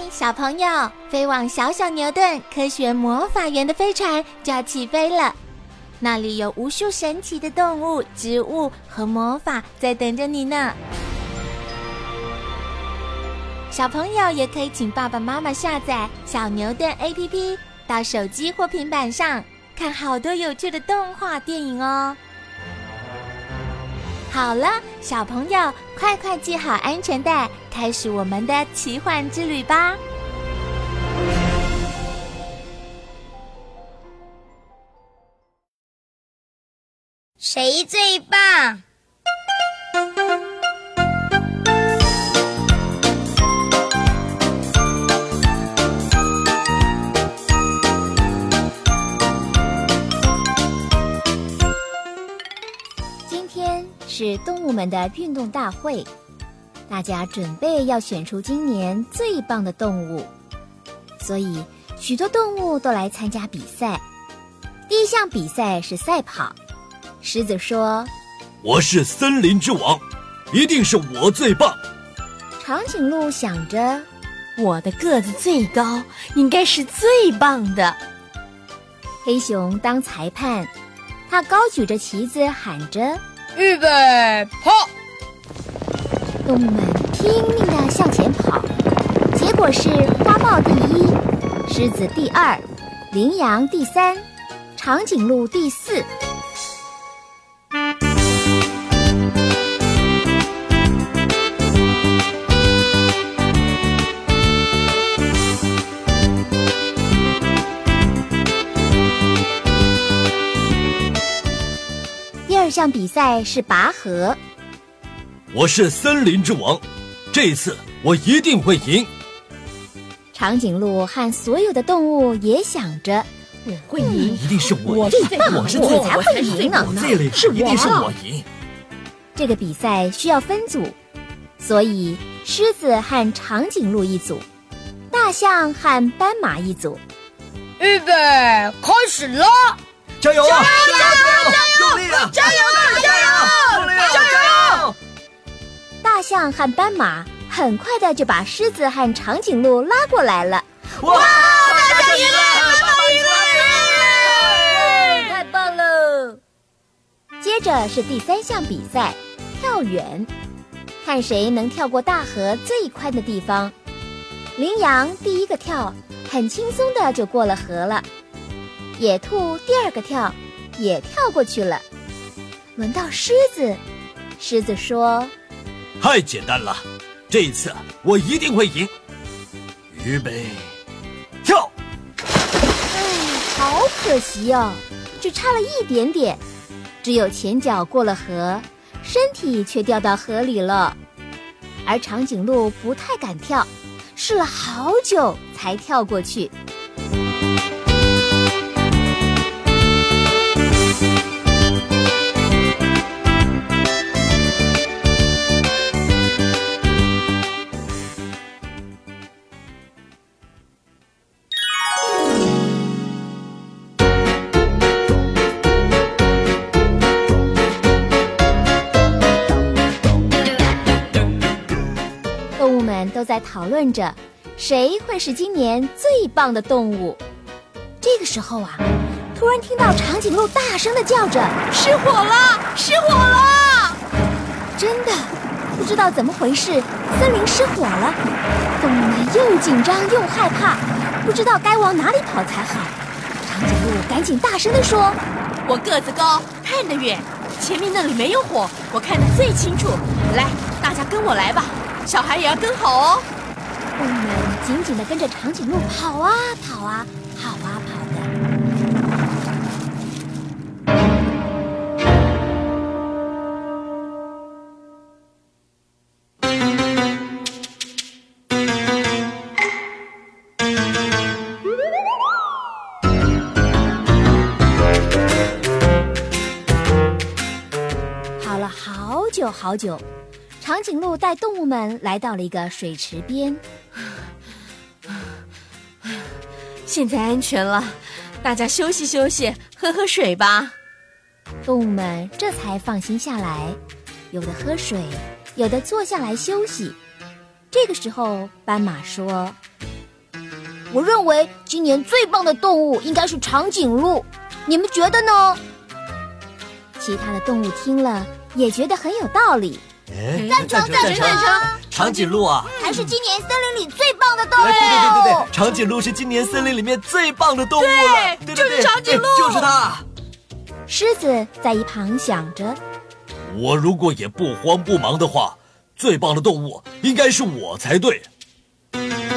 小朋友，飞往小小牛顿科学魔法园的飞船就要起飞了。那里有无数神奇的动物、植物和魔法在等着你呢。小朋友也可以请爸爸妈妈下载小牛顿 APP， 到手机或平板上看好多有趣的动画电影哦。好了，小朋友，快系好安全带，开始我们的奇幻之旅吧！ 谁最棒？ 是动物们的运动大会，大家准备要选出今年最棒的动物，所以许多动物都来参加比赛。第一项比赛是赛跑，狮子说：“ 我是森林之王，一定是我最棒。” 长颈鹿想着：“ 我的个子最高，应该是最棒的。” 黑熊当裁判，他高举着旗子喊着：“ 预备，跑！” 动物们拼命地向前跑，结果是花豹第一，狮子第二，羚羊第三，长颈鹿第四。第二项比赛是拔河。 我是森林之王，这次我一定会赢。 长颈鹿和所有的动物也想着：“ 我会赢， 一定是我最棒， 我是你才会赢呢！ 这里是我， 一定是我赢。” 这个比赛需要分组，所以狮子和长颈鹿一组，大象和斑马一组。 预备，开始了！ 加油！ 加油！ 用力啊！ 加油！加油！ 大象和斑马很快的就把狮子和长颈鹿拉过来了。 哇！ 大象赢了！斑马赢了！ 太棒了！接着是第三项比赛，跳远，看谁能跳过大河最宽的地方。羚羊第一个跳，很轻松的就过了河了。野兔第二个跳，也跳过去了。轮到狮子，狮子说：“ 太简单了，这一次我一定会赢。预备，跳！” 好可惜哦，只差了一点点，只有前脚过了河，身体却掉到河里了。而长颈鹿不太敢跳，试了好久才跳过去。都在讨论着谁会是今年最棒的动物。这个时候啊，突然听到长颈鹿大声地叫着：“ 失火了！失火了！” 真的，不知道怎么回事，森林失火了。动物们又紧张又害怕，不知道该往哪里跑才好。长颈鹿赶紧大声地说：“ 我个子高，看得远，前面那里没有火，我看得最清楚。来，大家跟我来吧。小孩也要跟好哦！” 动物们紧紧地跟着长颈鹿跑啊跑啊，好啊跑的。跑了好久好久，长颈鹿带动物们来到了一个水池边。 现在安全了，大家休息休息，喝喝水吧。 动物们这才放心下来，有的喝水，有的坐下来休息。这个时候，斑马说：“ 我认为今年最棒的动物应该是长颈鹿，你们觉得呢？其他的动物听了也觉得很有道理。 赞成！ 长颈鹿啊， 还是今年森林里最棒的动物。 对，长颈鹿是今年森林里面最棒的动物了。对， 就是长颈鹿， 就是它。 狮子在一旁想着， 我如果也不慌不忙的话，最棒的动物应该是我才对。